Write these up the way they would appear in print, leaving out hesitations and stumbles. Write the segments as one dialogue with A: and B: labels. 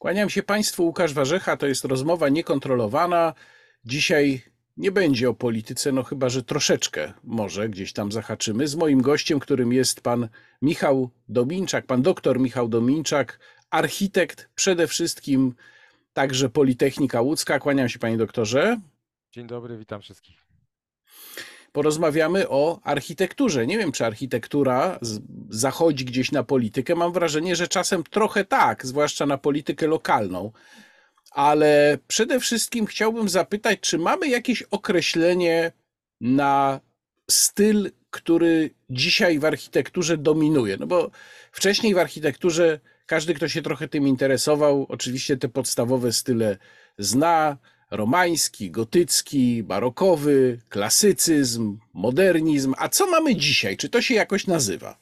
A: Kłaniam się Państwu, Łukasz Warzecha, to jest rozmowa niekontrolowana. Dzisiaj nie będzie o polityce, no chyba, że troszeczkę może gdzieś tam zahaczymy. Z moim gościem, którym jest pan Michał Dominczak, pan doktor Michał Dominczak, architekt, przede wszystkim także Politechnika Łódzka. Kłaniam się, panie doktorze.
B: Dzień dobry, witam wszystkich.
A: Porozmawiamy o architekturze. Nie wiem, czy architektura zachodzi gdzieś na politykę. Mam wrażenie, że czasem trochę tak, zwłaszcza na politykę lokalną. Ale przede wszystkim chciałbym zapytać, czy mamy jakieś określenie na styl, który dzisiaj w architekturze dominuje? No bo wcześniej w architekturze każdy, kto się trochę tym interesował, oczywiście te podstawowe style zna: romański, gotycki, barokowy, klasycyzm, modernizm. A co mamy dzisiaj? Czy to się jakoś nazywa?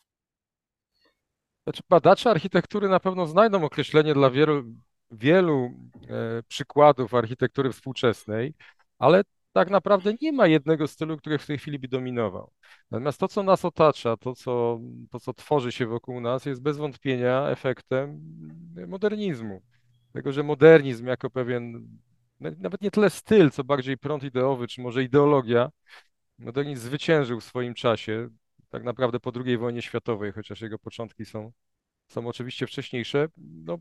B: Znaczy, badacze architektury na pewno znajdą określenie dla wielu przykładów architektury współczesnej, ale tak naprawdę nie ma jednego stylu, który w tej chwili by dominował. Natomiast to, co nas otacza, to, co tworzy się wokół nas, jest bez wątpienia efektem modernizmu. Tego, że modernizm jako pewien, nawet nie tyle styl, co bardziej prąd ideowy, czy może ideologia, modernizm zwyciężył w swoim czasie, tak naprawdę po II wojnie światowej, chociaż jego początki są oczywiście wcześniejsze. No,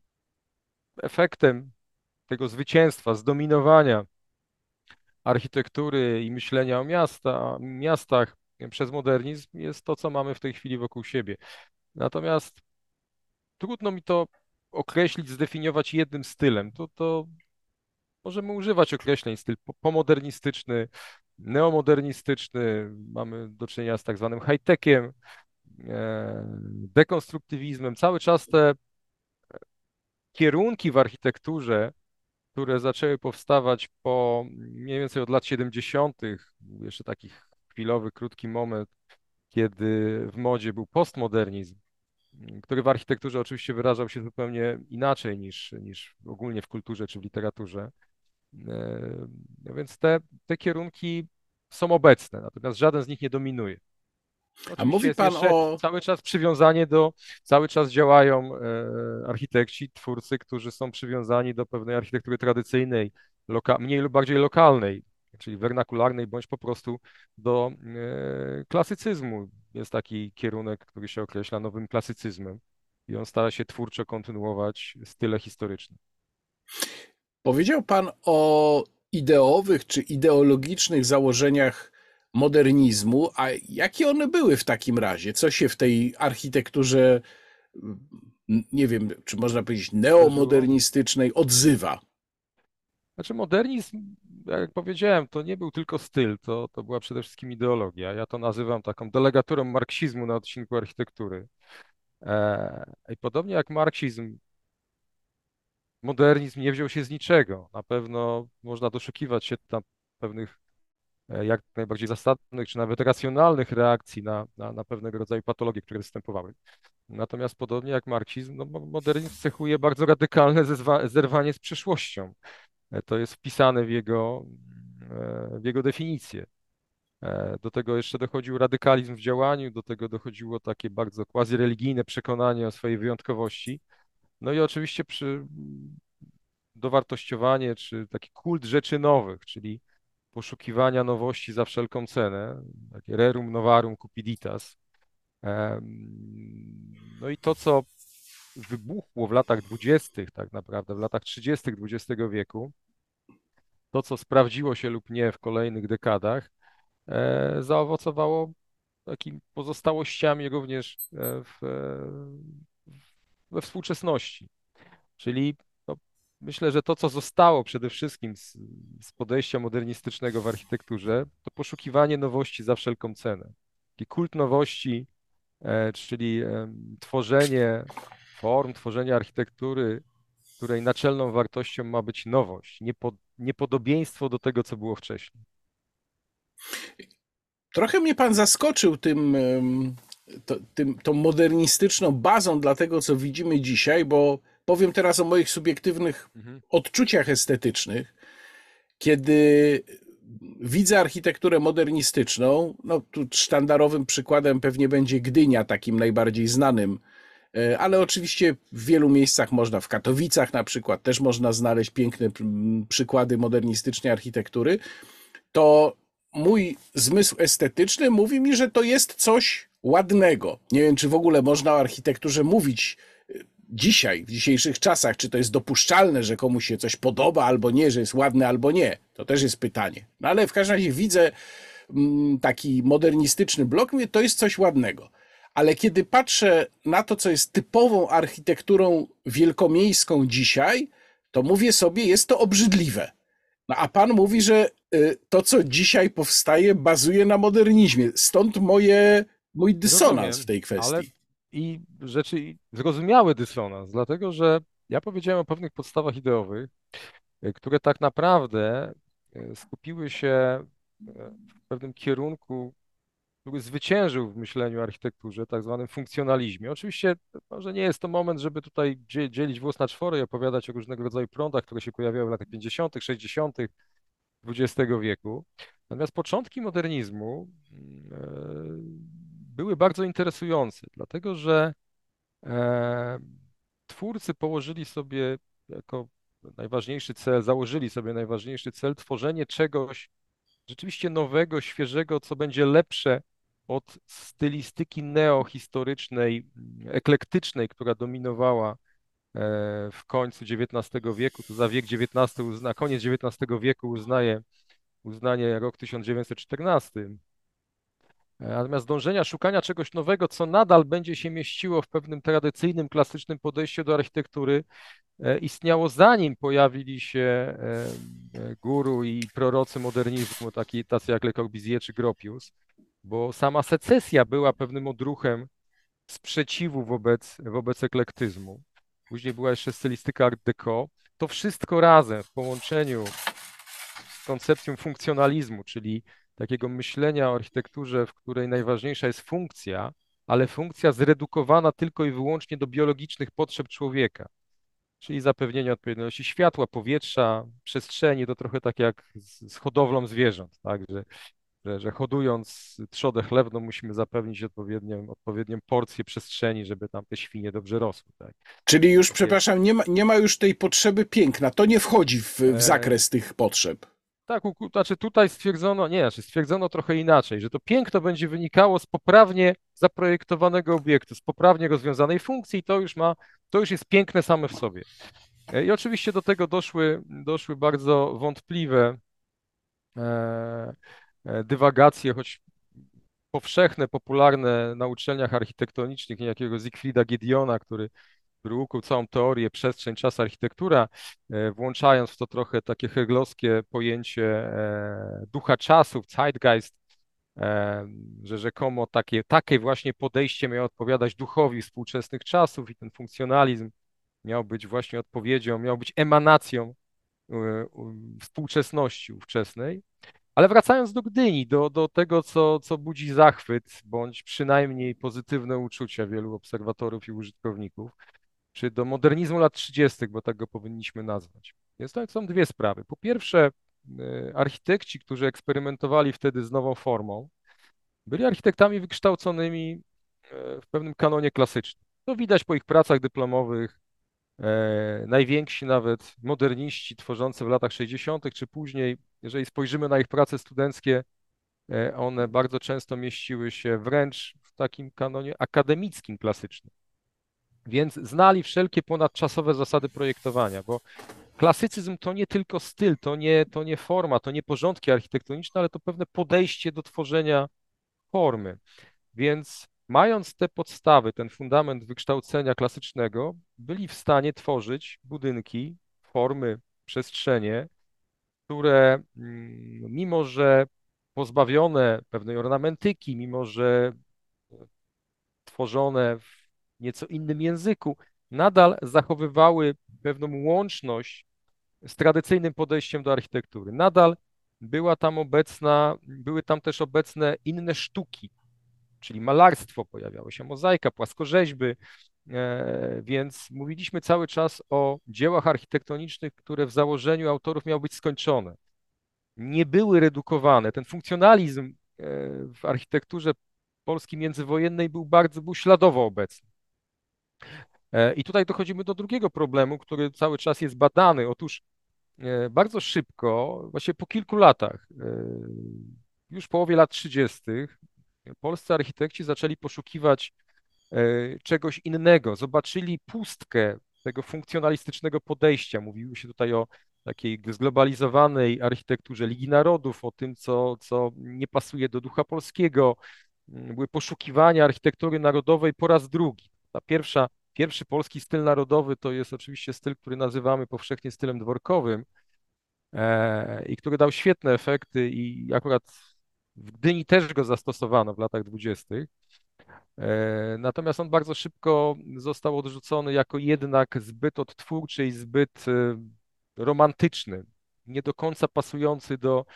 B: efektem tego zwycięstwa, zdominowania architektury i myślenia o miastach przez modernizm jest to, co mamy w tej chwili wokół siebie. Natomiast trudno mi to określić, zdefiniować jednym stylem. To możemy używać określeń styl pomodernistyczny, neomodernistyczny, mamy do czynienia z tak zwanym high-techiem, dekonstruktywizmem. Cały czas te kierunki w architekturze, które zaczęły powstawać po mniej więcej od lat 70., jeszcze taki chwilowy, krótki moment, kiedy w modzie był postmodernizm, który w architekturze oczywiście wyrażał się zupełnie inaczej niż ogólnie w kulturze czy w literaturze. No więc te kierunki są obecne, natomiast żaden z nich nie dominuje.
A: A
B: Oczywiście
A: mówi
B: jest
A: pan
B: jeszcze
A: o...
B: cały czas przywiązanie cały czas działają architekci, twórcy, którzy są przywiązani do pewnej architektury tradycyjnej, mniej lub bardziej lokalnej, czyli wernakularnej, bądź po prostu do klasycyzmu. Jest taki kierunek, który się określa nowym klasycyzmem i on stara się twórczo kontynuować style historyczne.
A: Powiedział pan o ideowych czy ideologicznych założeniach modernizmu, a jakie one były w takim razie? Co się w tej architekturze, nie wiem, czy można powiedzieć
B: Wydarzyło?
A: neomodernistycznej, odzywa?
B: Znaczy modernizm, jak powiedziałem, to nie był tylko styl, to była przede wszystkim ideologia. Ja to nazywam taką delegaturą marksizmu na odcinku architektury. I podobnie jak marksizm, modernizm nie wziął się z niczego. Na pewno można doszukiwać się tam pewnych jak najbardziej zasadnych, czy nawet racjonalnych reakcji na pewnego rodzaju patologie, które występowały. Natomiast podobnie jak marksizm, no, modernizm cechuje bardzo radykalne zerwanie z przeszłością. To jest wpisane w jego definicję. Do tego jeszcze dochodził radykalizm w działaniu, do tego dochodziło takie bardzo quasi-religijne przekonanie o swojej wyjątkowości. No i oczywiście dowartościowanie, czy taki kult rzeczy nowych, czyli poszukiwania nowości za wszelką cenę, takie rerum novarum cupiditas. No i to, co wybuchło w latach 20., tak naprawdę w latach 30. XX wieku, to, co sprawdziło się lub nie w kolejnych dekadach, zaowocowało takimi pozostałościami również we współczesności. Czyli no, myślę, że to, co zostało przede wszystkim z podejścia modernistycznego w architekturze, to poszukiwanie nowości za wszelką cenę. Taki kult nowości, czyli tworzenie form, tworzenie architektury, której naczelną wartością ma być nowość, niepodobieństwo do tego, co było wcześniej.
A: Trochę mnie pan zaskoczył tą modernistyczną bazą dla tego, co widzimy dzisiaj, bo powiem teraz o moich subiektywnych
B: Mhm.
A: odczuciach estetycznych. Kiedy widzę architekturę modernistyczną, no tu sztandarowym przykładem pewnie będzie Gdynia, takim najbardziej znanym Ale oczywiście w wielu miejscach można, w Katowicach na przykład, też można znaleźć piękne przykłady modernistycznej architektury. To mój zmysł estetyczny mówi mi, że to jest coś ładnego. Nie wiem, czy w ogóle można o architekturze mówić dzisiaj, w dzisiejszych czasach, czy to jest dopuszczalne, że komuś się coś podoba albo nie, że jest ładne albo nie. To też jest pytanie. No ale w każdym razie widzę taki modernistyczny blok, mówię, to jest coś ładnego. Ale kiedy patrzę na to, co jest typową architekturą wielkomiejską dzisiaj, to mówię sobie, jest to obrzydliwe. No a pan mówi, że to, co dzisiaj powstaje, bazuje na modernizmie. Stąd mój dysonans w
B: Rozumiem,
A: tej
B: ale
A: kwestii.
B: zrozumiały dysonans, dlatego że ja powiedziałem o pewnych podstawach ideowych, które tak naprawdę skupiły się w pewnym kierunku, który zwyciężył w myśleniu o architekturze, tak zwanym funkcjonalizmie. Oczywiście może nie jest to moment, żeby tutaj dzielić włos na czwory i opowiadać o różnego rodzaju prądach, które się pojawiały w latach 50., 60. XX wieku. Natomiast początki modernizmu były bardzo interesujące, dlatego że e, twórcy położyli sobie jako najważniejszy cel, założyli sobie najważniejszy cel tworzenie czegoś rzeczywiście nowego, świeżego, co będzie lepsze od stylistyki neohistorycznej, eklektycznej, która dominowała w końcu XIX wieku. To za wiek XIX, na koniec XIX wieku uznanie rok 1914. Natomiast dążenia, szukania czegoś nowego, co nadal będzie się mieściło w pewnym tradycyjnym, klasycznym podejściu do architektury, istniało zanim pojawili się guru i prorocy modernizmu, tacy jak Le Corbusier czy Gropius, bo sama secesja była pewnym odruchem sprzeciwu wobec eklektyzmu. Później była jeszcze stylistyka Art Deco. To wszystko razem w połączeniu z koncepcją funkcjonalizmu, czyli takiego myślenia o architekturze, w której najważniejsza jest funkcja, ale funkcja zredukowana tylko i wyłącznie do biologicznych potrzeb człowieka, czyli zapewnienie odpowiedniości światła, powietrza, przestrzeni, to trochę tak jak z hodowlą zwierząt, tak, że hodując trzodę chlewną musimy zapewnić odpowiednią porcję przestrzeni, żeby tam te świnie dobrze rosły, tak.
A: Czyli już,
B: Takie,
A: przepraszam, nie ma już tej potrzeby piękna. To nie wchodzi w
B: e,
A: zakres tych potrzeb.
B: Tak, znaczy tutaj stwierdzono, nie, znaczy stwierdzono trochę inaczej, że to piękno będzie wynikało z poprawnie zaprojektowanego obiektu, z poprawnie rozwiązanej funkcji i to już jest piękne same w sobie. I oczywiście do tego doszły bardzo wątpliwe e, dywagacje, choć powszechne, popularne na uczelniach architektonicznych, niejakiego Siegfrieda Giediona, który ukuł całą teorię przestrzeń, czas, architektura, włączając w to trochę takie hegelowskie pojęcie ducha czasów, Zeitgeist, że rzekomo takie właśnie podejście miało odpowiadać duchowi współczesnych czasów i ten funkcjonalizm miał być właśnie odpowiedzią, miał być emanacją współczesności ówczesnej. Ale wracając do Gdyni, do tego, co budzi zachwyt, bądź przynajmniej pozytywne uczucia wielu obserwatorów i użytkowników, czy do modernizmu lat 30., bo tak go powinniśmy nazwać. Więc to są dwie sprawy. Po pierwsze, architekci, którzy eksperymentowali wtedy z nową formą, byli architektami wykształconymi w pewnym kanonie klasycznym. To widać po ich pracach dyplomowych. Najwięksi nawet moderniści tworzący w latach 60. czy później, jeżeli spojrzymy na ich prace studenckie, one bardzo często mieściły się wręcz w takim kanonie akademickim, klasycznym. Więc znali wszelkie ponadczasowe zasady projektowania, bo klasycyzm to nie tylko styl, to nie forma, to nie porządki architektoniczne, ale to pewne podejście do tworzenia formy. Więc mając te podstawy, ten fundament wykształcenia klasycznego, byli w stanie tworzyć budynki, formy, przestrzenie, które mimo, że pozbawione pewnej ornamentyki, mimo, że tworzone w nieco innym języku, nadal zachowywały pewną łączność z tradycyjnym podejściem do architektury. Nadal były tam też obecne inne sztuki, czyli malarstwo, pojawiało się mozaika, płaskorzeźby, więc mówiliśmy cały czas o dziełach architektonicznych, które w założeniu autorów miały być skończone. Nie były redukowane. Ten funkcjonalizm w architekturze Polski międzywojennej był śladowo obecny. I tutaj dochodzimy do drugiego problemu, który cały czas jest badany. Otóż bardzo szybko, właśnie po kilku latach, już w połowie lat 30., polscy architekci zaczęli poszukiwać czegoś innego. Zobaczyli pustkę tego funkcjonalistycznego podejścia. Mówiło się tutaj o takiej zglobalizowanej architekturze Ligi Narodów, o tym, co nie pasuje do ducha polskiego. Były poszukiwania architektury narodowej po raz drugi. Pierwszy polski styl narodowy to jest oczywiście styl, który nazywamy powszechnie stylem dworkowym i który dał świetne efekty i akurat w Gdyni też go zastosowano w latach 20. Natomiast on bardzo szybko został odrzucony jako jednak zbyt odtwórczy i zbyt romantyczny, nie do końca pasujący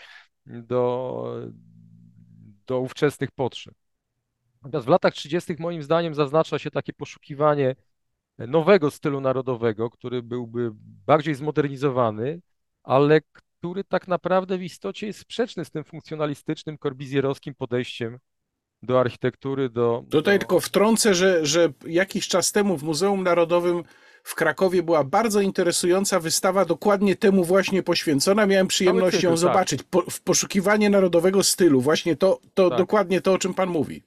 B: do, do ówczesnych potrzeb. Natomiast w latach 30. moim zdaniem zaznacza się takie poszukiwanie nowego stylu narodowego, który byłby bardziej zmodernizowany, ale który tak naprawdę w istocie jest sprzeczny z tym funkcjonalistycznym, korbizjerowskim podejściem do architektury,
A: Tutaj tylko wtrącę, że jakiś czas temu w Muzeum Narodowym w Krakowie była bardzo interesująca wystawa dokładnie temu właśnie poświęcona. Miałem
B: cały
A: przyjemność ją
B: cykl, tak,
A: zobaczyć. W poszukiwanie narodowego stylu. Właśnie to
B: tak.
A: dokładnie to, o czym pan mówi.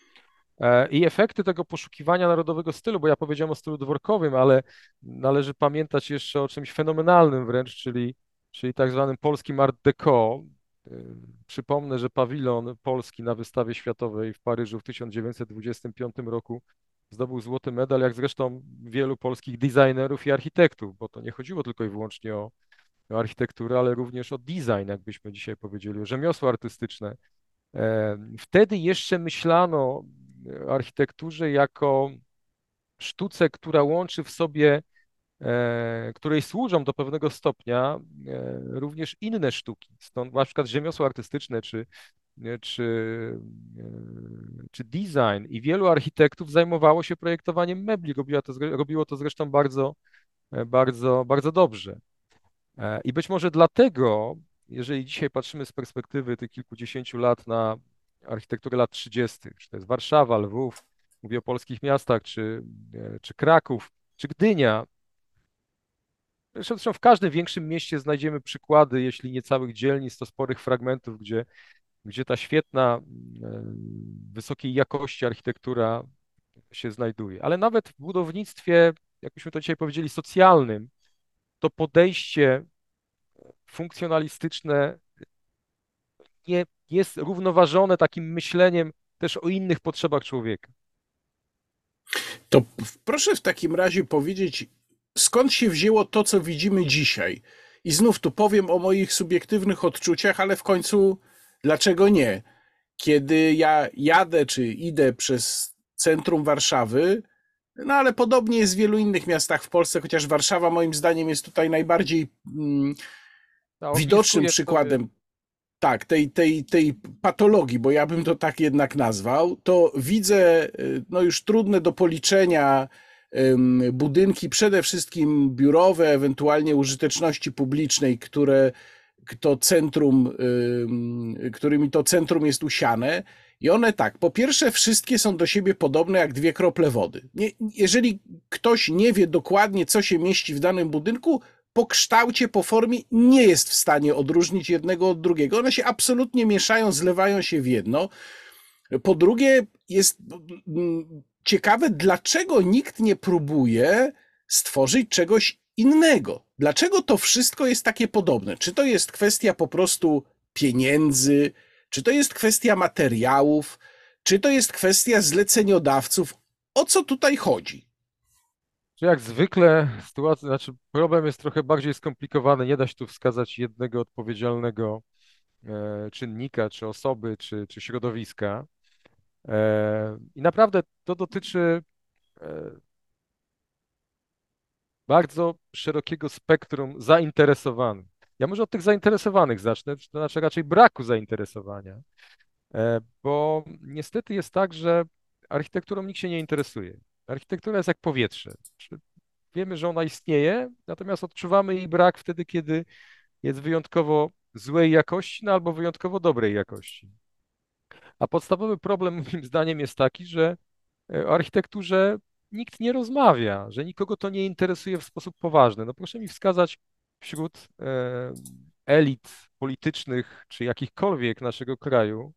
B: I efekty tego poszukiwania narodowego stylu, bo ja powiedziałem o stylu dworkowym, ale należy pamiętać jeszcze o czymś fenomenalnym wręcz, czyli tak zwanym polskim Art Deco. Przypomnę, że pawilon polski na wystawie światowej w Paryżu w 1925 roku zdobył złoty medal, jak zresztą wielu polskich designerów i architektów, bo to nie chodziło tylko i wyłącznie o architekturę, ale również o design, jakbyśmy dzisiaj powiedzieli, o rzemiosło artystyczne. Wtedy jeszcze myślano o architekturze jako sztuce, która łączy w sobie, której służą do pewnego stopnia również inne sztuki. Stąd na przykład rzemiosło artystyczne czy, czy design i wielu architektów zajmowało się projektowaniem mebli. Robiło to zresztą bardzo dobrze. I być może dlatego, jeżeli dzisiaj patrzymy z perspektywy tych kilkudziesięciu lat na architekturę lat 30., czy to jest Warszawa, Lwów, mówię o polskich miastach, czy Kraków, czy Gdynia, zresztą w każdym większym mieście znajdziemy przykłady, jeśli nie całych dzielnic, to sporych fragmentów, gdzie ta świetna, wysokiej jakości architektura się znajduje. Ale nawet w budownictwie, jakbyśmy to dzisiaj powiedzieli, socjalnym, to podejście funkcjonalistyczne nie jest równoważone takim myśleniem też o innych potrzebach człowieka.
A: To proszę w takim razie powiedzieć, skąd się wzięło to, co widzimy dzisiaj? I znów tu powiem o moich subiektywnych odczuciach, ale w końcu dlaczego nie? Kiedy ja jadę czy idę przez centrum Warszawy, no ale podobnie jest w wielu innych miastach w Polsce, chociaż Warszawa moim zdaniem jest tutaj najbardziej widocznym
B: Ogniskuje sobie.
A: przykładem tak, tej patologii, bo ja bym to tak jednak nazwał, to widzę no już trudne do policzenia budynki, przede wszystkim biurowe, ewentualnie użyteczności publicznej, to centrum, którymi to centrum jest usiane. I one tak, po pierwsze, wszystkie są do siebie podobne jak dwie krople wody. Jeżeli ktoś nie wie dokładnie, co się mieści w danym budynku, po kształcie, po formie nie jest w stanie odróżnić jednego od drugiego. One się absolutnie mieszają, zlewają się w jedno. Po drugie, jest ciekawe, dlaczego nikt nie próbuje stworzyć czegoś innego. Dlaczego to wszystko jest takie podobne? Czy to jest kwestia po prostu pieniędzy, czy to jest kwestia materiałów, czy to jest kwestia zleceniodawców? O co tutaj chodzi?
B: Że jak zwykle sytuacja, znaczy problem jest trochę bardziej skomplikowany. Nie da się tu wskazać jednego odpowiedzialnego czynnika, czy osoby, czy środowiska. I naprawdę to dotyczy bardzo szerokiego spektrum zainteresowanych. Ja może od tych zainteresowanych zacznę, to znaczy raczej braku zainteresowania, bo niestety jest tak, że architekturą nikt się nie interesuje. Architektura jest jak powietrze. Wiemy, że ona istnieje, natomiast odczuwamy jej brak wtedy, kiedy jest wyjątkowo złej jakości, no albo wyjątkowo dobrej jakości. A podstawowy problem moim zdaniem jest taki, że o architekturze nikt nie rozmawia, że nikogo to nie interesuje w sposób poważny. No proszę mi wskazać wśród elit politycznych czy jakichkolwiek naszego kraju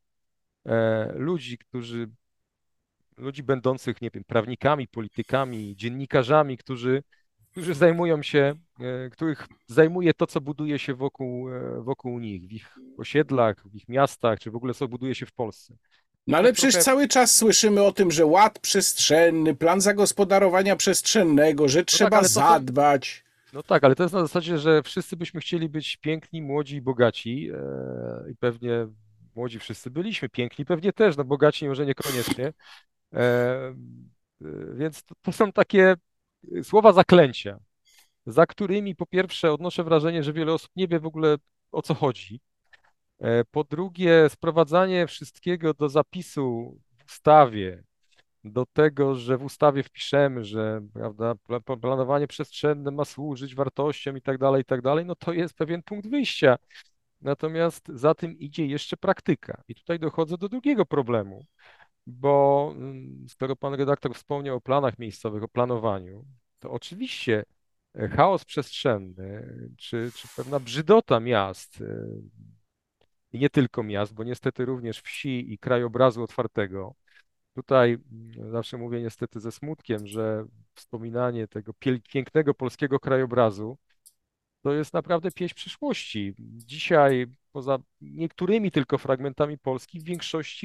B: ludzi będących, nie wiem, prawnikami, politykami, dziennikarzami, którzy zajmują się, których zajmuje to, co buduje się wokół nich, w ich osiedlach, w ich miastach, czy w ogóle co buduje się w Polsce.
A: No
B: Tak
A: ale przecież
B: trochę,
A: cały czas słyszymy o tym, że ład przestrzenny, plan zagospodarowania przestrzennego, że
B: no tak,
A: trzeba
B: ale to są,
A: zadbać.
B: no tak, ale to jest na zasadzie, że wszyscy byśmy chcieli być piękni, młodzi i bogaci i pewnie młodzi wszyscy byliśmy piękni, pewnie też, no bogaci może niekoniecznie, e, więc to są takie słowa zaklęcia, za którymi po pierwsze odnoszę wrażenie, że wiele osób nie wie w ogóle o co chodzi. Po drugie, sprowadzanie wszystkiego do zapisu w ustawie, do tego, że w ustawie wpiszemy, że prawda, planowanie przestrzenne ma służyć wartościom i tak dalej, no to jest pewien punkt wyjścia. Natomiast za tym idzie jeszcze praktyka. I tutaj dochodzę do drugiego problemu, bo skoro pan redaktor wspomniał o planach miejscowych, o planowaniu, to oczywiście chaos przestrzenny, czy pewna brzydota miast, i nie tylko miast, bo niestety również wsi i krajobrazu otwartego. Tutaj zawsze mówię niestety ze smutkiem, że wspominanie tego pięknego polskiego krajobrazu to jest naprawdę pieśń przyszłości. Dzisiaj, poza niektórymi tylko fragmentami Polski, w większości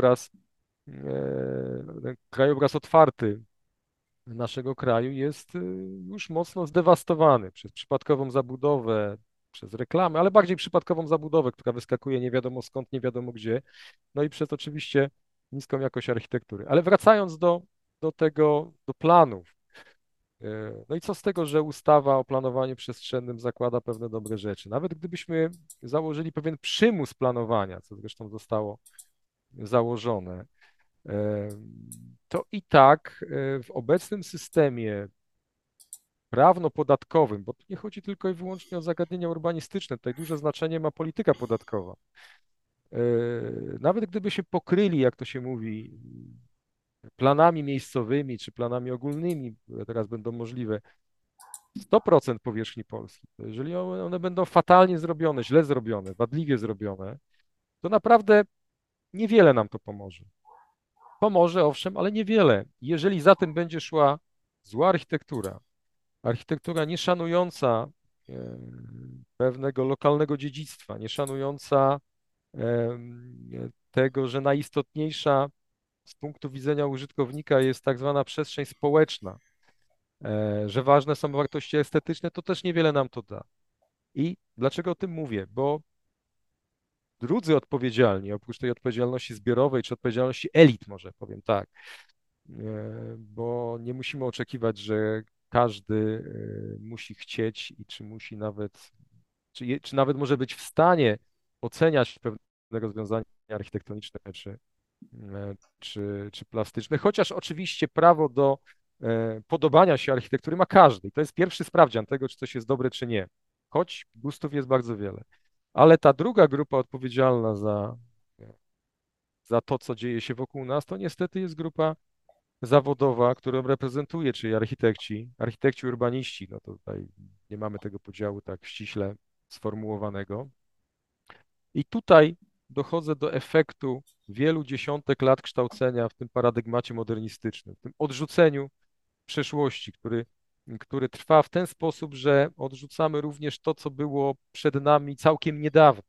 B: krajobraz otwarty naszego kraju jest już mocno zdewastowany przez przypadkową zabudowę, przez reklamy, ale bardziej przypadkową zabudowę, która wyskakuje nie wiadomo skąd, nie wiadomo gdzie, no i przez oczywiście niską jakość architektury. Ale wracając do planów, no i co z tego, że ustawa o planowaniu przestrzennym zakłada pewne dobre rzeczy? Nawet gdybyśmy założyli pewien przymus planowania, co zresztą zostało założone, to i tak w obecnym systemie prawno-podatkowym, bo tu nie chodzi tylko i wyłącznie o zagadnienia urbanistyczne, tutaj duże znaczenie ma polityka podatkowa. Nawet gdyby się pokryli, jak to się mówi, planami miejscowymi czy planami ogólnymi, które teraz będą możliwe, 100% powierzchni Polski, to jeżeli one będą fatalnie zrobione, źle zrobione, wadliwie zrobione, to naprawdę niewiele nam to pomoże. Pomoże, owszem, ale niewiele. Jeżeli za tym będzie szła zła architektura, architektura nieszanująca pewnego lokalnego dziedzictwa, nieszanująca tego, że najistotniejsza z punktu widzenia użytkownika jest tak zwana przestrzeń społeczna, że ważne są wartości estetyczne, to też niewiele nam to da. I dlaczego o tym mówię? Bo drudzy odpowiedzialni, oprócz tej odpowiedzialności zbiorowej czy odpowiedzialności elit, może powiem tak, bo nie musimy oczekiwać, że każdy musi chcieć i czy musi nawet, czy nawet może być w stanie oceniać pewne rozwiązania architektoniczne czy plastyczne, chociaż oczywiście prawo do podobania się architektury ma każdy. I to jest pierwszy sprawdzian tego, czy coś jest dobre, czy nie. Choć gustów jest bardzo wiele. Ale ta druga grupa odpowiedzialna za to, co dzieje się wokół nas, to niestety jest grupa zawodowa, którą reprezentuję, czyli architekci urbaniści. No to tutaj nie mamy tego podziału tak ściśle sformułowanego. I tutaj dochodzę do efektu wielu dziesiątek lat kształcenia w tym paradygmacie modernistycznym, w tym odrzuceniu przeszłości, który trwa w ten sposób, że odrzucamy również to, co było przed nami całkiem niedawno.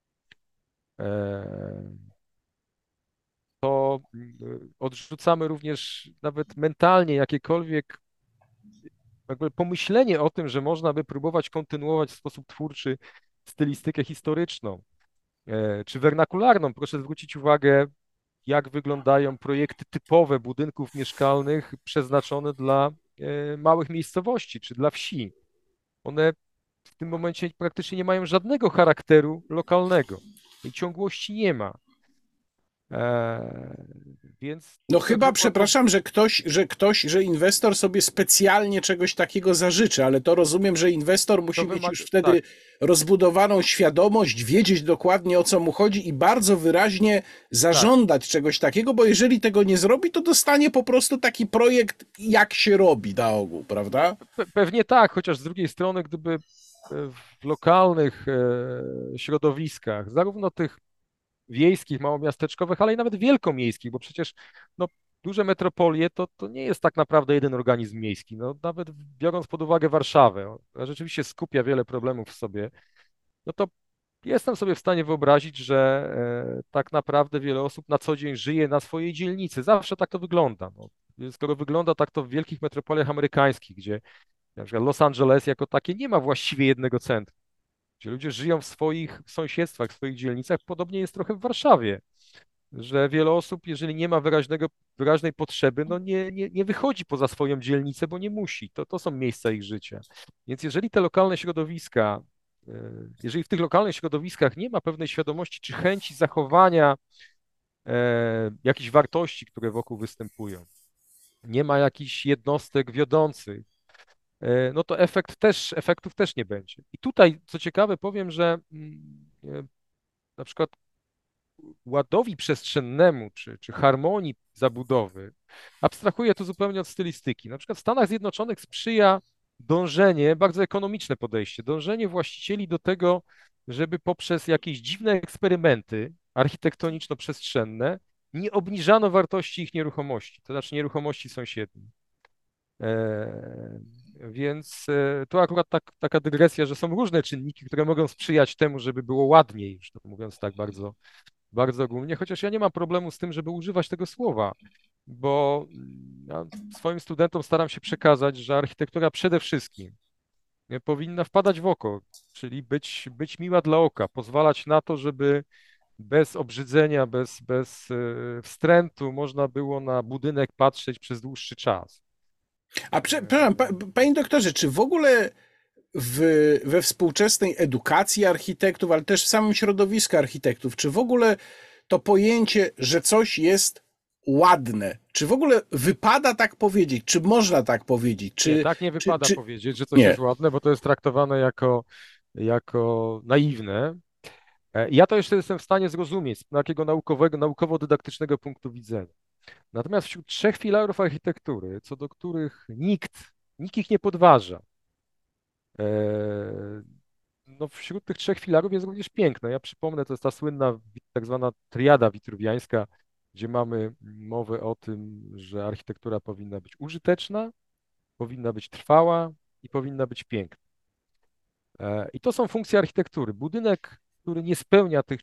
B: To odrzucamy również nawet mentalnie jakiekolwiek jakby pomyślenie o tym, że można by próbować kontynuować w sposób twórczy stylistykę historyczną czy wernakularną. Proszę zwrócić uwagę, jak wyglądają projekty typowe budynków mieszkalnych przeznaczone dla małych miejscowości czy dla wsi. One w tym momencie praktycznie nie mają żadnego charakteru lokalnego. Tej ciągłości nie ma. E, więc
A: No
B: ten
A: chyba,
B: wykład był
A: przepraszam, że inwestor sobie specjalnie czegoś takiego zażyczy, ale to rozumiem, że inwestor
B: to
A: musi mieć już
B: tak,
A: wtedy rozbudowaną świadomość, wiedzieć dokładnie o co mu chodzi i bardzo wyraźnie
B: tak.
A: zażądać czegoś takiego, bo jeżeli tego nie zrobi, to dostanie po prostu taki projekt, jak się robi na ogół, prawda?
B: Pewnie tak, chociaż z drugiej strony, gdyby w lokalnych środowiskach, zarówno tych wiejskich, małomiasteczkowych, ale i nawet wielkomiejskich, bo przecież no, duże metropolie to nie jest tak naprawdę jeden organizm miejski. No, nawet biorąc pod uwagę Warszawę, ona rzeczywiście skupia wiele problemów w sobie, no to jestem sobie w stanie wyobrazić, że tak naprawdę wiele osób na co dzień żyje na swojej dzielnicy. Zawsze tak to wygląda. No. Skoro wygląda tak to w wielkich metropoliach amerykańskich, gdzie na przykład Los Angeles jako takie nie ma właściwie jednego centrum, gdzie ludzie żyją w swoich sąsiedztwach, w swoich dzielnicach, podobnie jest trochę w Warszawie, że wiele osób, jeżeli nie ma wyraźnej potrzeby, no nie wychodzi poza swoją dzielnicę, bo nie musi. To są miejsca ich życia. Więc jeżeli te lokalne środowiska, e, jeżeli w tych lokalnych środowiskach nie ma pewnej świadomości czy chęci zachowania jakichś wartości, które wokół występują, nie ma jakichś jednostek wiodących, no to efektów też nie będzie. I tutaj, co ciekawe, powiem, że na przykład ładowi przestrzennemu czy harmonii zabudowy, abstrahuję tu zupełnie od stylistyki. Na przykład w Stanach Zjednoczonych sprzyja dążenie, bardzo ekonomiczne podejście, dążenie właścicieli do tego, żeby poprzez jakieś dziwne eksperymenty architektoniczno-przestrzenne nie obniżano wartości ich nieruchomości, to znaczy nieruchomości sąsiednich. E, Więc to akurat taka dygresja, że są różne czynniki, które mogą sprzyjać temu, żeby było ładniej, już to mówiąc tak bardzo ogólnie, chociaż ja nie mam problemu z tym, żeby używać tego słowa, bo ja swoim studentom staram się przekazać, że architektura przede wszystkim powinna wpadać w oko, czyli być miła dla oka, pozwalać na to, żeby bez obrzydzenia, bez wstrętu można było na budynek patrzeć przez dłuższy czas.
A: A przepraszam, panie doktorze, czy w ogóle we współczesnej edukacji architektów, ale też w samym środowisku architektów, czy w ogóle to pojęcie, że coś jest ładne, czy w ogóle wypada tak powiedzieć, czy można tak powiedzieć,
B: Nie, tak nie wypada
A: czy
B: powiedzieć, że coś jest
A: nie?
B: ładne, bo to jest traktowane jako naiwne. Ja to jeszcze jestem w stanie zrozumieć z takiego naukowo-dydaktycznego punktu widzenia. Natomiast wśród trzech filarów architektury, co do których nikt ich nie podważa, e, no wśród tych trzech filarów jest również piękno. Ja przypomnę, to jest ta słynna tak zwana triada witruwiańska, gdzie mamy mowę o tym, że architektura powinna być użyteczna, powinna być trwała i powinna być piękna. I to są funkcje architektury. Budynek, który nie spełnia tych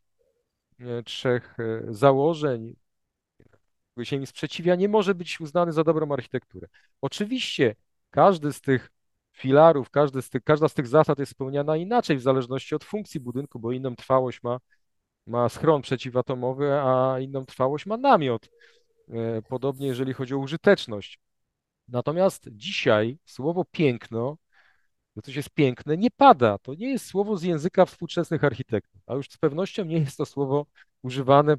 B: trzech założeń, który się im sprzeciwia, nie może być uznany za dobrą architekturę. Oczywiście każdy z tych filarów, każda z tych zasad jest spełniana inaczej w zależności od funkcji budynku, bo inną trwałość ma schron przeciwatomowy, a inną trwałość ma namiot. Podobnie jeżeli chodzi o użyteczność. Natomiast dzisiaj słowo piękno, to coś jest piękne, nie pada. To nie jest słowo z języka współczesnych architektów, a już z pewnością nie jest to słowo używane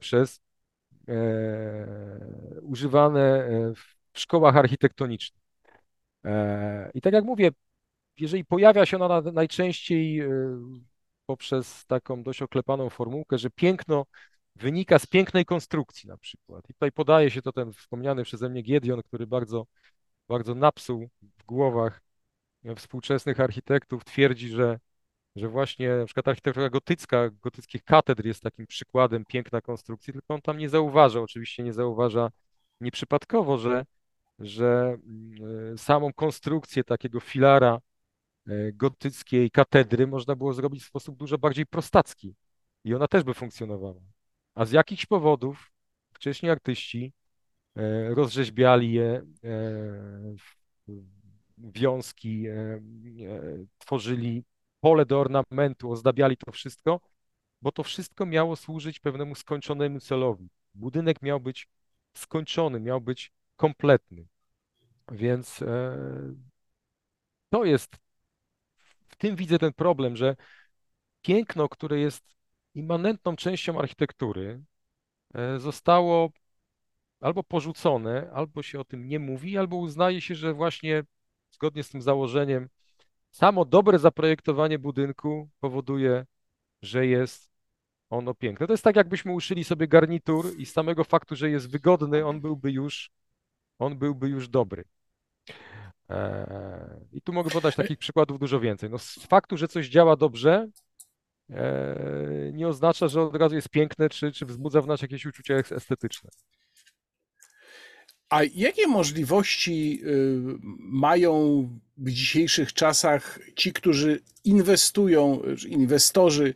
B: w szkołach architektonicznych. I tak jak mówię, jeżeli pojawia się ona najczęściej poprzez taką dość oklepaną formułkę, że piękno wynika z pięknej konstrukcji na przykład. I tutaj podaje się to ten wspomniany przeze mnie Giedion, który bardzo napsuł w głowach współczesnych architektów, twierdzi, że właśnie na przykład architektura gotycka, gotyckich katedr jest takim przykładem piękna konstrukcji, tylko on tam nie zauważa, oczywiście nie zauważa nieprzypadkowo, że samą konstrukcję takiego filara gotyckiej katedry można było zrobić w sposób dużo bardziej prostacki i ona też by funkcjonowała. A z jakichś powodów wcześniej artyści rozrzeźbiali je wiązki, tworzyli pole do ornamentu, ozdabiali to wszystko, bo to wszystko miało służyć pewnemu skończonemu celowi. Budynek miał być skończony, miał być kompletny. Więc to jest, w tym widzę ten problem, że piękno, które jest immanentną częścią architektury, zostało albo porzucone, albo się o tym nie mówi, albo uznaje się, że właśnie zgodnie z tym założeniem samo dobre zaprojektowanie budynku powoduje, że jest ono piękne. To jest tak, jakbyśmy uszyli sobie garnitur i z samego faktu, że jest wygodny, on byłby już dobry. I tu mogę podać takich przykładów dużo więcej. No, z faktu, że coś działa dobrze, nie oznacza, że od razu jest piękne, czy wzbudza w nas jakieś uczucia estetyczne.
A: A jakie możliwości mają w dzisiejszych czasach ci, którzy inwestują, inwestorzy,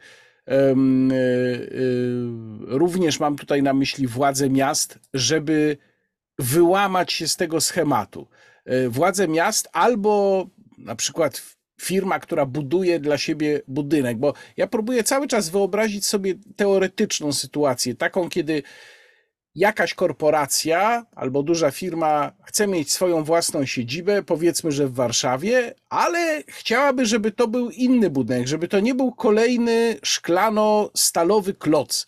A: również mam tutaj na myśli władze miast, żeby wyłamać się z tego schematu? Władze miast albo na przykład firma, która buduje dla siebie budynek, bo ja próbuję cały czas wyobrazić sobie teoretyczną sytuację, taką, kiedy jakaś korporacja albo duża firma chce mieć swoją własną siedzibę, powiedzmy, że w Warszawie, ale chciałaby, żeby to był inny budynek, żeby to nie był kolejny szklano-stalowy kloc.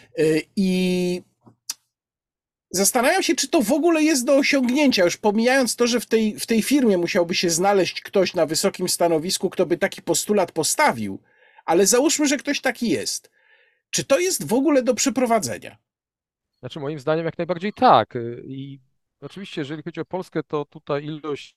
A: I zastanawiam się, czy to w ogóle jest do osiągnięcia, już pomijając to, że w tej firmie musiałby się znaleźć ktoś na wysokim stanowisku, kto by taki postulat postawił, ale załóżmy, że ktoś taki jest. Czy to jest w ogóle do przeprowadzenia?
B: Znaczy, moim zdaniem jak najbardziej tak. I oczywiście, jeżeli chodzi o Polskę, to tutaj ilość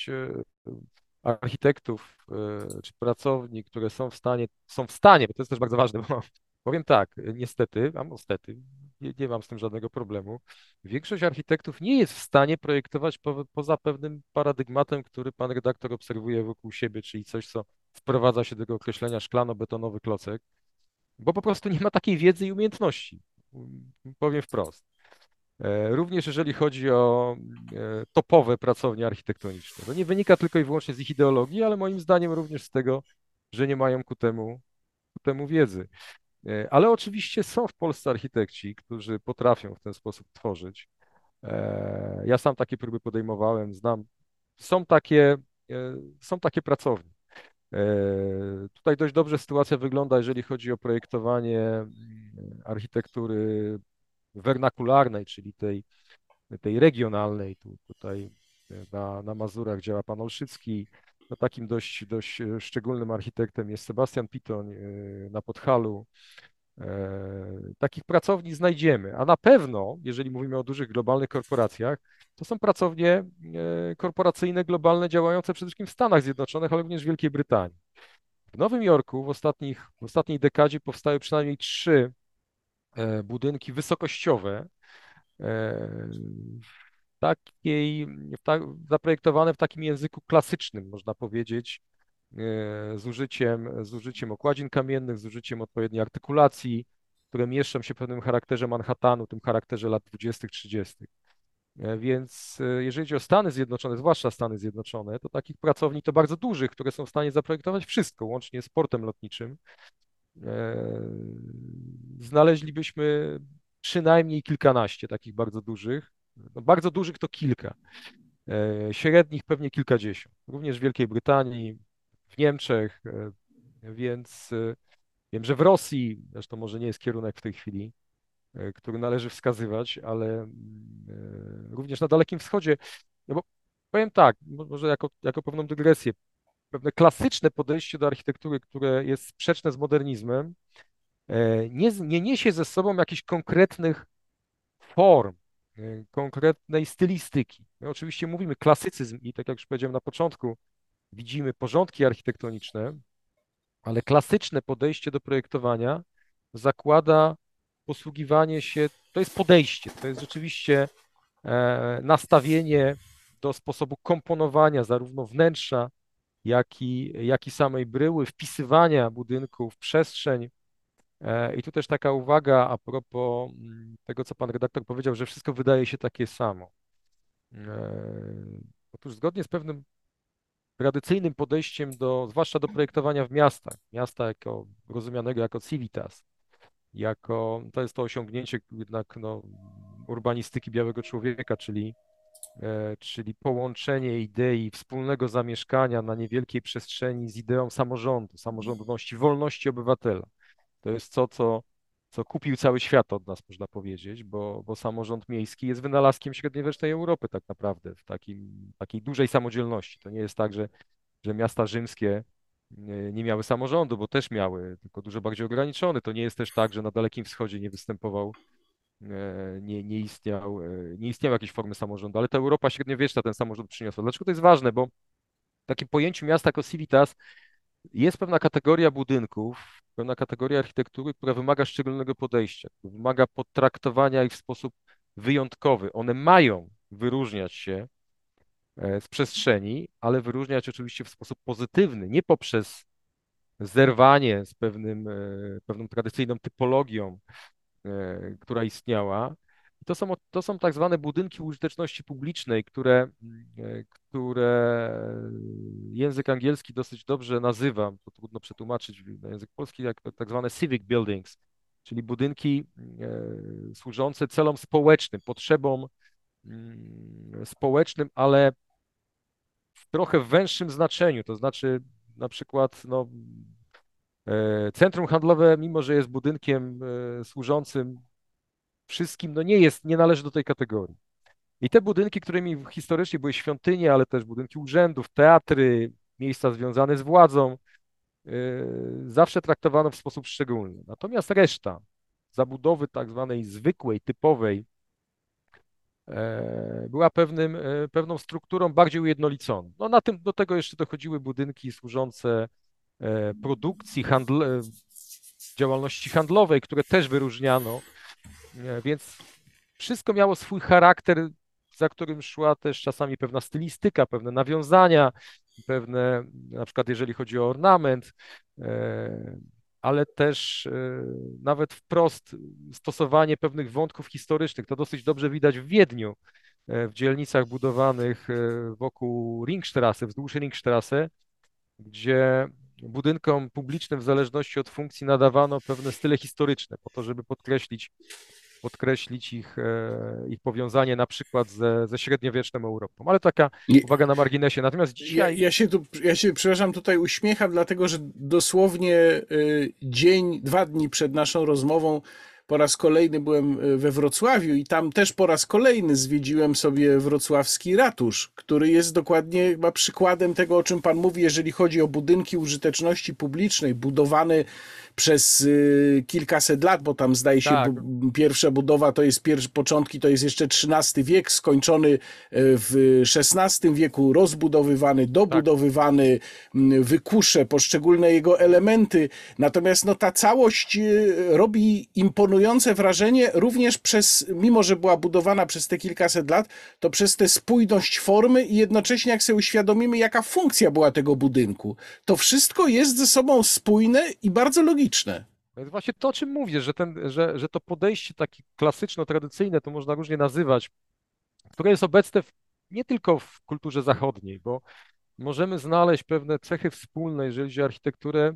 B: architektów czy pracowni, które są w stanie, bo to jest też bardzo ważne, bo powiem tak, niestety, nie mam z tym żadnego problemu, większość architektów nie jest w stanie projektować poza pewnym paradygmatem, który pan redaktor obserwuje wokół siebie, czyli coś, co wprowadza się do tego określenia szklano-betonowy klocek, bo po prostu nie ma takiej wiedzy i umiejętności. Powiem wprost. Również jeżeli chodzi o topowe pracownie architektoniczne. To nie wynika tylko i wyłącznie z ich ideologii, ale moim zdaniem również z tego, że nie mają ku temu wiedzy. Ale oczywiście są w Polsce architekci, którzy potrafią w ten sposób tworzyć. Ja sam takie próby podejmowałem, znam. Są takie, są takie pracownie. Tutaj dość dobrze sytuacja wygląda, jeżeli chodzi o projektowanie architektury wernakularnej, czyli tej regionalnej. Tutaj na Mazurach działa pan Olszycki. No, takim dość szczególnym architektem jest Sebastian Pitoń na Podhalu. Takich pracowni znajdziemy, a na pewno, jeżeli mówimy o dużych globalnych korporacjach, to są pracownie korporacyjne, globalne, działające przede wszystkim w Stanach Zjednoczonych, ale również w Wielkiej Brytanii. W Nowym Jorku w ostatniej dekadzie powstały przynajmniej 3 budynki wysokościowe, e, takiej, zaprojektowane w takim języku klasycznym, można powiedzieć, z użyciem okładzin kamiennych, z użyciem odpowiedniej artykulacji, które mieszczą się w pewnym charakterze Manhattanu, tym charakterze lat 20., 30. Więc jeżeli chodzi o Stany Zjednoczone, zwłaszcza Stany Zjednoczone, to takich pracowni to bardzo dużych, które są w stanie zaprojektować wszystko, łącznie z portem lotniczym. Znaleźlibyśmy przynajmniej kilkanaście takich bardzo dużych. No, bardzo dużych to kilka, średnich pewnie kilkadziesiąt. Również w Wielkiej Brytanii, w Niemczech, więc wiem, że w Rosji, zresztą może nie jest kierunek w tej chwili, który należy wskazywać, ale również na Dalekim Wschodzie. No bo powiem tak, może jako pewną dygresję, pewne klasyczne podejście do architektury, które jest sprzeczne z modernizmem, nie niesie ze sobą jakichś konkretnych form, konkretnej stylistyki. My oczywiście mówimy klasycyzm i tak jak już powiedziałem na początku, widzimy porządki architektoniczne, ale klasyczne podejście do projektowania zakłada posługiwanie się, to jest podejście, to jest rzeczywiście nastawienie do sposobu komponowania zarówno wnętrza, jak i samej bryły, wpisywania budynku w przestrzeń. I tu też taka uwaga a propos tego, co pan redaktor powiedział, że wszystko wydaje się takie samo. Otóż zgodnie z pewnym tradycyjnym podejściem zwłaszcza do projektowania w miastach, miasta rozumianego jako civitas, to jest to osiągnięcie jednak no, urbanistyki białego człowieka, czyli połączenie idei wspólnego zamieszkania na niewielkiej przestrzeni z ideą samorządu, samorządności, wolności obywatela. To jest co kupił cały świat od nas, można powiedzieć, bo samorząd miejski jest wynalazkiem średniowiecznej Europy tak naprawdę, w takiej dużej samodzielności. To nie jest tak, że miasta rzymskie nie miały samorządu, bo też miały, tylko dużo bardziej ograniczony. To nie jest też tak, że na Dalekim Wschodzie nie występował, nie istniały jakieś formy samorządu, ale ta Europa średniowieczna ten samorząd przyniosła. Dlaczego to jest ważne? Bo w takim pojęciu miasta jako civitas jest pewna kategoria budynków, pewna kategoria architektury, która wymaga szczególnego podejścia, wymaga potraktowania ich w sposób wyjątkowy. One mają wyróżniać się z przestrzeni, ale wyróżniać oczywiście w sposób pozytywny, nie poprzez zerwanie z pewną tradycyjną typologią, która istniała. I to są tak zwane budynki użyteczności publicznej, które język angielski dosyć dobrze nazywa, to trudno przetłumaczyć na język polski, jak tak zwane civic buildings, czyli budynki służące celom społecznym, potrzebom społecznym, ale w trochę węższym znaczeniu, to znaczy na przykład no, centrum handlowe, mimo że jest budynkiem służącym wszystkim, no nie należy do tej kategorii. I te budynki, którymi historycznie były świątynie, ale też budynki urzędów, teatry, miejsca związane z władzą, zawsze traktowano w sposób szczególny. Natomiast reszta zabudowy tak zwanej zwykłej, typowej, była pewną strukturą bardziej ujednoliconą. No do tego jeszcze dochodziły budynki służące produkcji, działalności handlowej, które też wyróżniano, więc wszystko miało swój charakter, za którym szła też czasami pewna stylistyka, pewne nawiązania, na przykład jeżeli chodzi o ornament, ale też nawet wprost stosowanie pewnych wątków historycznych. To dosyć dobrze widać w Wiedniu, w dzielnicach budowanych wokół Ringstrasse, wzdłuż Ringstrasse, gdzie budynkom publicznym w zależności od funkcji nadawano pewne style historyczne, po to, żeby podkreślić ich powiązanie na przykład ze średniowieczną Europą. Ale taka uwaga na marginesie. Natomiast dzisiaj...
A: Ja się, przepraszam, tutaj uśmiecham, dlatego że dosłownie dzień, 2 dni przed naszą rozmową po raz kolejny byłem we Wrocławiu i tam też po raz kolejny zwiedziłem sobie wrocławski ratusz, który jest dokładnie chyba przykładem tego, o czym pan mówi, jeżeli chodzi o budynki użyteczności publicznej, budowany przez kilkaset lat, bo tam zdaje się
B: Tak,
A: pierwsza budowa to jest początki, to jest jeszcze XIII wiek, skończony w XVI wieku, rozbudowywany,
B: tak.
A: dobudowywany, wykusze, poszczególne jego elementy. Natomiast no, ta całość robi imponujące wrażenie również mimo że była budowana przez te kilkaset lat, to przez tę spójność formy i jednocześnie jak sobie uświadomimy, jaka funkcja była tego budynku. To wszystko jest ze sobą spójne i bardzo logiczne.
B: To jest właśnie to, o czym mówię, że to podejście takie klasyczno-tradycyjne, to można różnie nazywać, które jest obecne nie tylko w kulturze zachodniej, bo możemy znaleźć pewne cechy wspólne, jeżeli chodzi o architekturę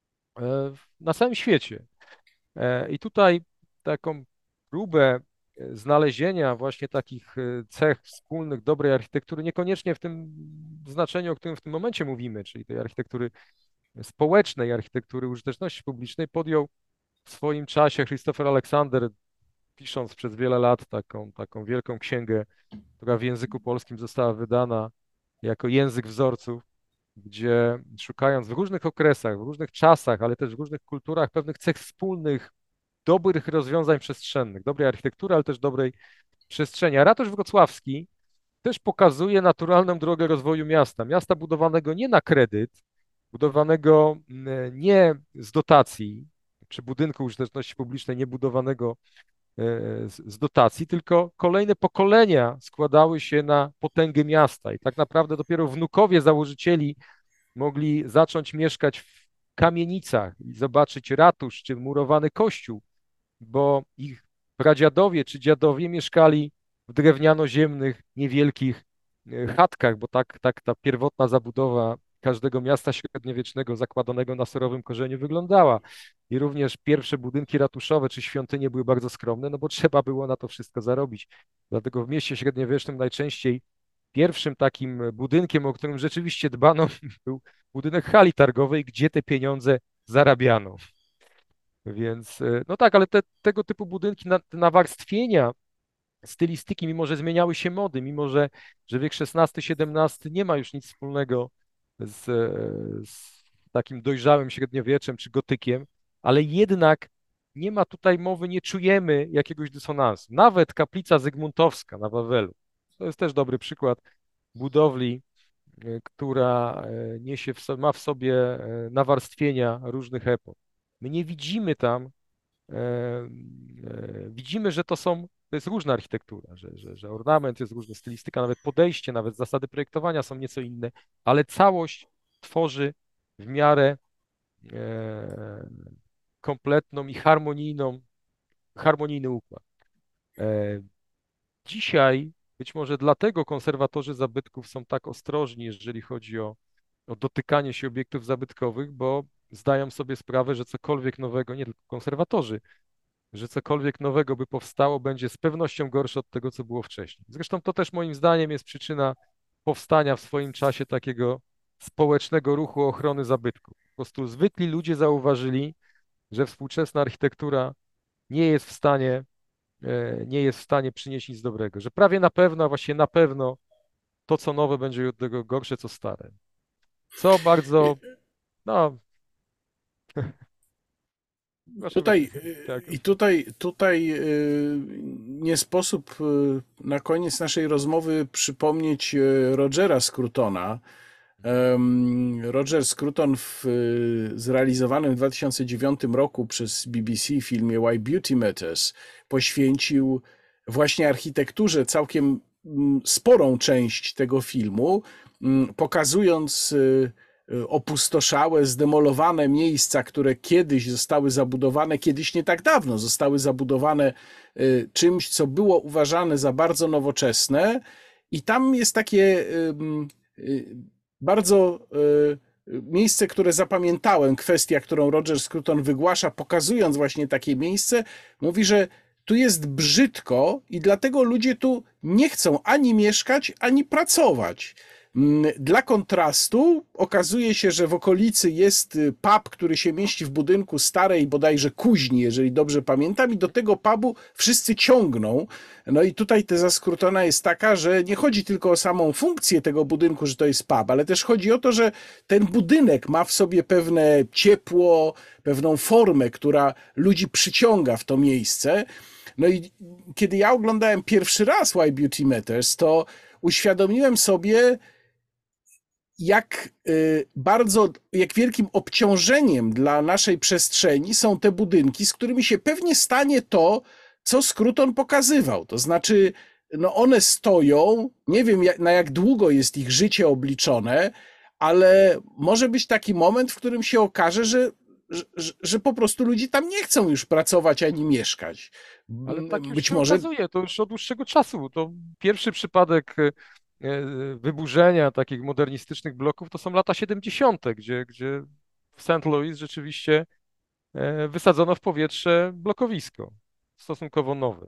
B: na całym świecie. I tutaj taką próbę znalezienia właśnie takich cech wspólnych dobrej architektury, niekoniecznie w tym znaczeniu, o którym w tym momencie mówimy, czyli tej architektury społecznej, architektury użyteczności publicznej, podjął w swoim czasie Christopher Alexander, pisząc przez wiele lat taką wielką księgę, która w języku polskim została wydana jako język wzorców, gdzie szukając w różnych okresach, w różnych czasach, ale też w różnych kulturach pewnych cech wspólnych, dobrych rozwiązań przestrzennych, dobrej architektury, ale też dobrej przestrzeni. A ratusz wrocławski też pokazuje naturalną drogę rozwoju miasta. Miasta budowanego nie na kredyt, budowanego nie z dotacji, czy budynku użyteczności publicznej nie budowanego z dotacji, tylko kolejne pokolenia składały się na potęgę miasta i tak naprawdę dopiero wnukowie założycieli mogli zacząć mieszkać w kamienicach i zobaczyć ratusz czy murowany kościół, bo ich pradziadowie czy dziadowie mieszkali w drewniano-ziemnych, niewielkich chatkach, bo tak ta pierwotna zabudowa każdego miasta średniowiecznego zakładanego na surowym korzeniu wyglądała. I również pierwsze budynki ratuszowe czy świątynie były bardzo skromne, no bo trzeba było na to wszystko zarobić. Dlatego w mieście średniowiecznym najczęściej pierwszym takim budynkiem, o którym rzeczywiście dbano, był budynek hali targowej, gdzie te pieniądze zarabiano. Więc no tak, ale tego typu budynki, nawarstwienia stylistyki, mimo że zmieniały się mody, mimo że wiek XVI-XVII nie ma już nic wspólnego z takim dojrzałym średniowieczem czy gotykiem, ale jednak nie ma tutaj mowy, nie czujemy jakiegoś dysonansu. Nawet kaplica zygmuntowska na Wawelu, to jest też dobry przykład budowli, która ma w sobie nawarstwienia różnych epok. My nie widzimy tam, widzimy, że to jest różna architektura, że ornament jest różny, stylistyka, nawet podejście, nawet zasady projektowania są nieco inne, ale całość tworzy w miarę e, kompletną i harmonijny układ. E, Dzisiaj być może dlatego konserwatorzy zabytków są tak ostrożni, jeżeli chodzi o dotykanie się obiektów zabytkowych, bo zdają sobie sprawę, że cokolwiek nowego, nie tylko konserwatorzy, że cokolwiek nowego by powstało, będzie z pewnością gorsze od tego, co było wcześniej. Zresztą to też moim zdaniem jest przyczyna powstania w swoim czasie takiego społecznego ruchu ochrony zabytków. Po prostu zwykli ludzie zauważyli, że współczesna architektura nie jest w stanie, nie jest w stanie przynieść nic dobrego, że prawie na pewno, a właściwie na pewno to, co nowe, będzie od tego gorsze, co stare. Co bardzo, no, proszę
A: Tutaj,
B: powiedzieć, tak.
A: nie sposób na koniec naszej rozmowy przypomnieć Rogera Scrutona. Roger Scruton w zrealizowanym w 2009 roku przez BBC filmie Why Beauty Matters poświęcił właśnie architekturze całkiem sporą część tego filmu, pokazując opustoszałe, zdemolowane miejsca, które kiedyś zostały zabudowane, kiedyś nie tak dawno zostały zabudowane czymś, co było uważane za bardzo nowoczesne. I tam jest takie bardzo miejsce, które zapamiętałem, kwestia, którą Roger Scruton wygłasza, pokazując właśnie takie miejsce, mówi, że tu jest brzydko i dlatego ludzie tu nie chcą ani mieszkać, ani pracować. Dla kontrastu okazuje się, że w okolicy jest pub, który się mieści w budynku starej bodajże kuźni, jeżeli dobrze pamiętam, i do tego pubu wszyscy ciągną. No i tutaj teza Scrutona jest taka, że nie chodzi tylko o samą funkcję tego budynku, że to jest pub, ale też chodzi o to, że ten budynek ma w sobie pewne ciepło, pewną formę, która ludzi przyciąga w to miejsce. No i kiedy ja oglądałem pierwszy raz Why Beauty Matters, to uświadomiłem sobie, jak bardzo, jak wielkim obciążeniem dla naszej przestrzeni są te budynki, z którymi się pewnie stanie to, co Scruton pokazywał. To znaczy, no one stoją, nie wiem na jak długo jest ich życie obliczone, ale może być taki moment, w którym się okaże, że po prostu ludzie tam nie chcą już pracować ani mieszkać.
B: Ale tak już
A: Być
B: się
A: może
B: okazuje, to już od dłuższego czasu. To pierwszy przypadek wyburzenia takich modernistycznych bloków to są lata 70., gdzie w St. Louis rzeczywiście wysadzono w powietrze blokowisko stosunkowo nowe.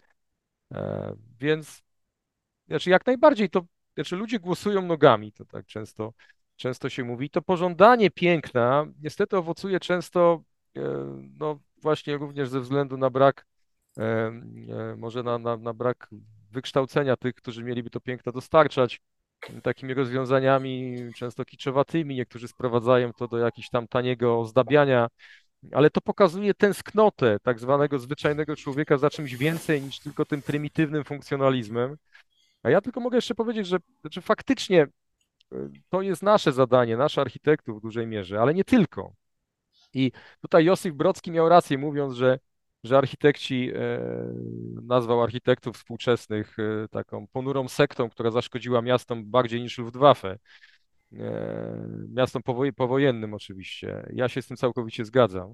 B: Więc znaczy jak najbardziej to, znaczy ludzie głosują nogami, to tak często się mówi. To pożądanie piękna niestety owocuje często, e, no właśnie również ze względu na brak, może na brak wykształcenia tych, którzy mieliby to piękno dostarczać, takimi rozwiązaniami często kiczowatymi. Niektórzy sprowadzają to do jakichś tam taniego ozdabiania, ale to pokazuje tęsknotę tak zwanego zwyczajnego człowieka za czymś więcej niż tylko tym prymitywnym funkcjonalizmem. A ja tylko mogę jeszcze powiedzieć, że znaczy faktycznie to jest nasze zadanie, nasze architektów w dużej mierze, ale nie tylko. I tutaj Józef Brodski miał rację, mówiąc, że architekci, nazwał architektów współczesnych taką ponurą sektą, która zaszkodziła miastom bardziej niż Luftwaffe. Miastom powojennym oczywiście. Ja się z tym całkowicie zgadzam.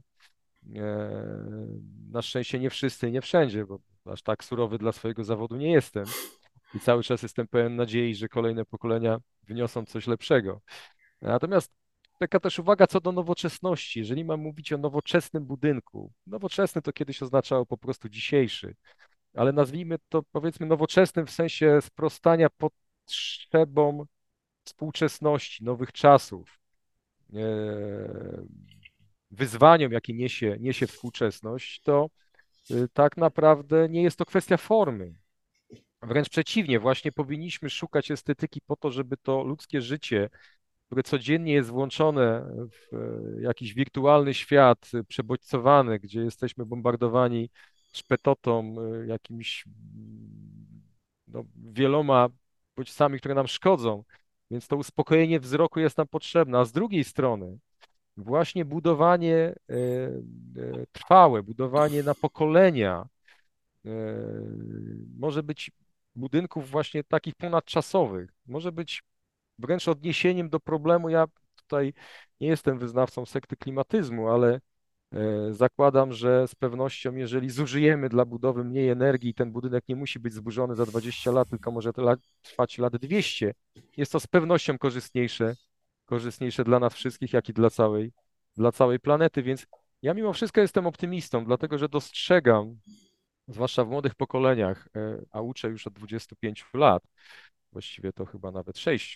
B: Na szczęście nie wszyscy, nie wszędzie, bo aż tak surowy dla swojego zawodu nie jestem. I cały czas jestem pełen nadziei, że kolejne pokolenia wniosą coś lepszego. Natomiast taka też uwaga co do nowoczesności. Jeżeli mam mówić o nowoczesnym budynku, nowoczesny to kiedyś oznaczało po prostu dzisiejszy, ale nazwijmy to powiedzmy nowoczesnym w sensie sprostania potrzebom współczesności, nowych czasów. wyzwaniom, jakie niesie współczesność, to tak naprawdę nie jest to kwestia formy. Wręcz przeciwnie, właśnie powinniśmy szukać estetyki po to, żeby to ludzkie życie, które codziennie jest włączone w jakiś wirtualny świat, przebodźcowany, gdzie jesteśmy bombardowani szpetotą, jakimiś no, wieloma bodźcami, które nam szkodzą, więc to uspokojenie wzroku jest nam potrzebne. A z drugiej strony właśnie budowanie trwałe, budowanie na pokolenia, e, może być budynków właśnie takich ponadczasowych, może być wręcz odniesieniem do problemu. Ja tutaj nie jestem wyznawcą sekty klimatyzmu, ale zakładam, że z pewnością, jeżeli zużyjemy dla budowy mniej energii, ten budynek nie musi być zburzony za 20 lat, tylko może trwać lat 200, jest to z pewnością korzystniejsze dla nas wszystkich, jak i dla całej planety. Więc ja mimo wszystko jestem optymistą, dlatego że dostrzegam, zwłaszcza w młodych pokoleniach, a uczę już od 25 lat, właściwie to chyba nawet 6,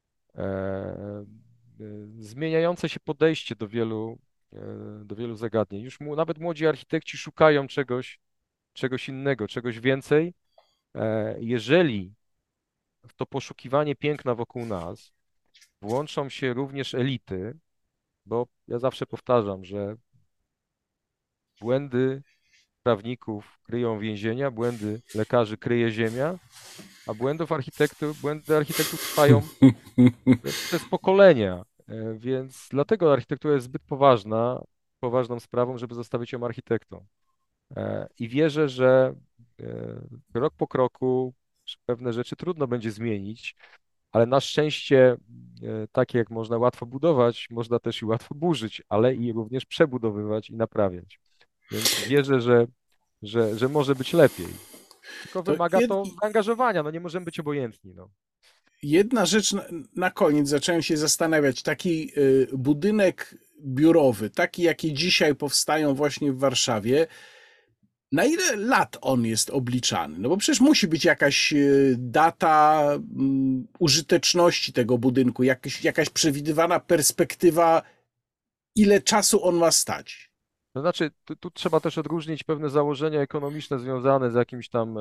B: zmieniające się podejście do wielu zagadnień. Już nawet młodzi architekci szukają czegoś innego, czegoś więcej. Jeżeli w to poszukiwanie piękna wokół nas włączą się również elity, bo ja zawsze powtarzam, że błędy prawników kryją więzienia, błędy lekarzy kryje ziemia, a błędy architektów trwają przez pokolenia. Więc dlatego architektura jest zbyt poważną sprawą, żeby zostawić ją architektom. I wierzę, że krok po kroku pewne rzeczy trudno będzie zmienić, ale na szczęście, tak jak można łatwo budować, można też i łatwo burzyć, ale i również przebudowywać i naprawiać. Więc wierzę, że może być lepiej. Tylko
A: To
B: wymaga to zaangażowania, no nie możemy być obojętni. No.
A: jedna rzecz na koniec, zacząłem się zastanawiać. Taki budynek biurowy, taki jakie dzisiaj powstają właśnie w Warszawie, na ile lat on jest obliczany? No bo przecież musi być jakaś data użyteczności tego budynku, jakaś przewidywana perspektywa, ile czasu on ma stać.
B: To znaczy, tu trzeba też odróżnić pewne założenia ekonomiczne związane z jakimś tam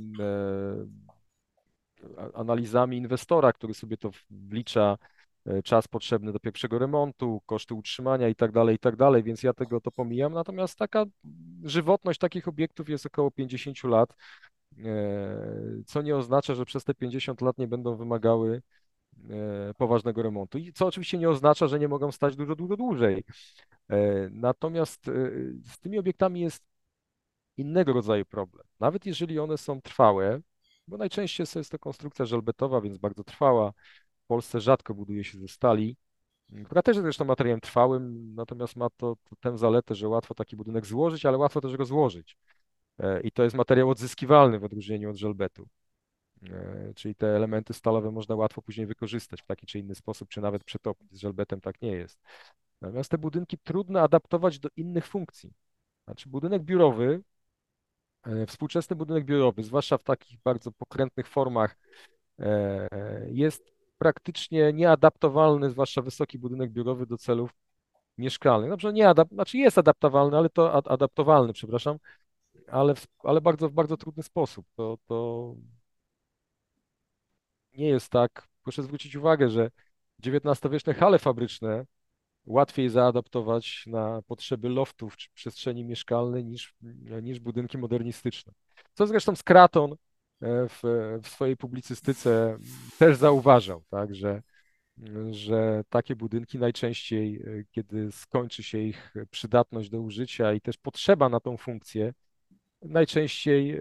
B: analizami inwestora, który sobie to wlicza, czas potrzebny do pierwszego remontu, koszty utrzymania i tak dalej, więc ja tego to pomijam. Natomiast taka żywotność takich obiektów jest około 50 lat, co nie oznacza, że przez te 50 lat nie będą wymagały poważnego remontu. I co oczywiście nie oznacza, że nie mogą stać dużo, dużo dłużej. Natomiast z tymi obiektami jest innego rodzaju problem. Nawet jeżeli one są trwałe, bo najczęściej jest to konstrukcja żelbetowa, więc bardzo trwała. W Polsce rzadko buduje się ze stali, która też jest zresztą materiałem trwałym, natomiast ma to tę zaletę, że łatwo taki budynek złożyć, ale łatwo też go złożyć. I to jest materiał odzyskiwalny w odróżnieniu od żelbetu. Czyli te elementy stalowe można łatwo później wykorzystać w taki czy inny sposób, czy nawet przetopić. Z żelbetem tak nie jest. Natomiast te budynki trudno adaptować do innych funkcji. Znaczy budynek biurowy, współczesny budynek biurowy, zwłaszcza w takich bardzo pokrętnych formach, jest praktycznie nieadaptowalny, zwłaszcza wysoki budynek biurowy do celów mieszkalnych. Znaczy, znaczy jest adaptowalny, ale to adaptowalny, przepraszam, ale w bardzo trudny sposób. To nie jest tak. Proszę zwrócić uwagę, że XIX-wieczne hale fabryczne łatwiej zaadaptować na potrzeby loftów czy przestrzeni mieszkalnej niż budynki modernistyczne. Co zresztą Scraton w swojej publicystyce też zauważał, tak, że takie budynki najczęściej, kiedy skończy się ich przydatność do użycia i też potrzeba na tą funkcję, najczęściej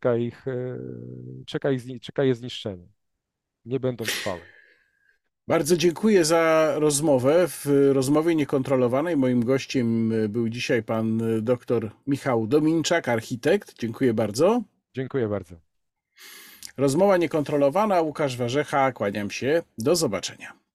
B: czeka je zniszczenie. Nie będą trwałe.
A: Bardzo dziękuję za rozmowę. W rozmowie niekontrolowanej moim gościem był dzisiaj pan dr Michał Dominczak, architekt. Dziękuję bardzo.
B: Dziękuję bardzo.
A: Rozmowa niekontrolowana. Łukasz Warzecha, kłaniam się. Do zobaczenia.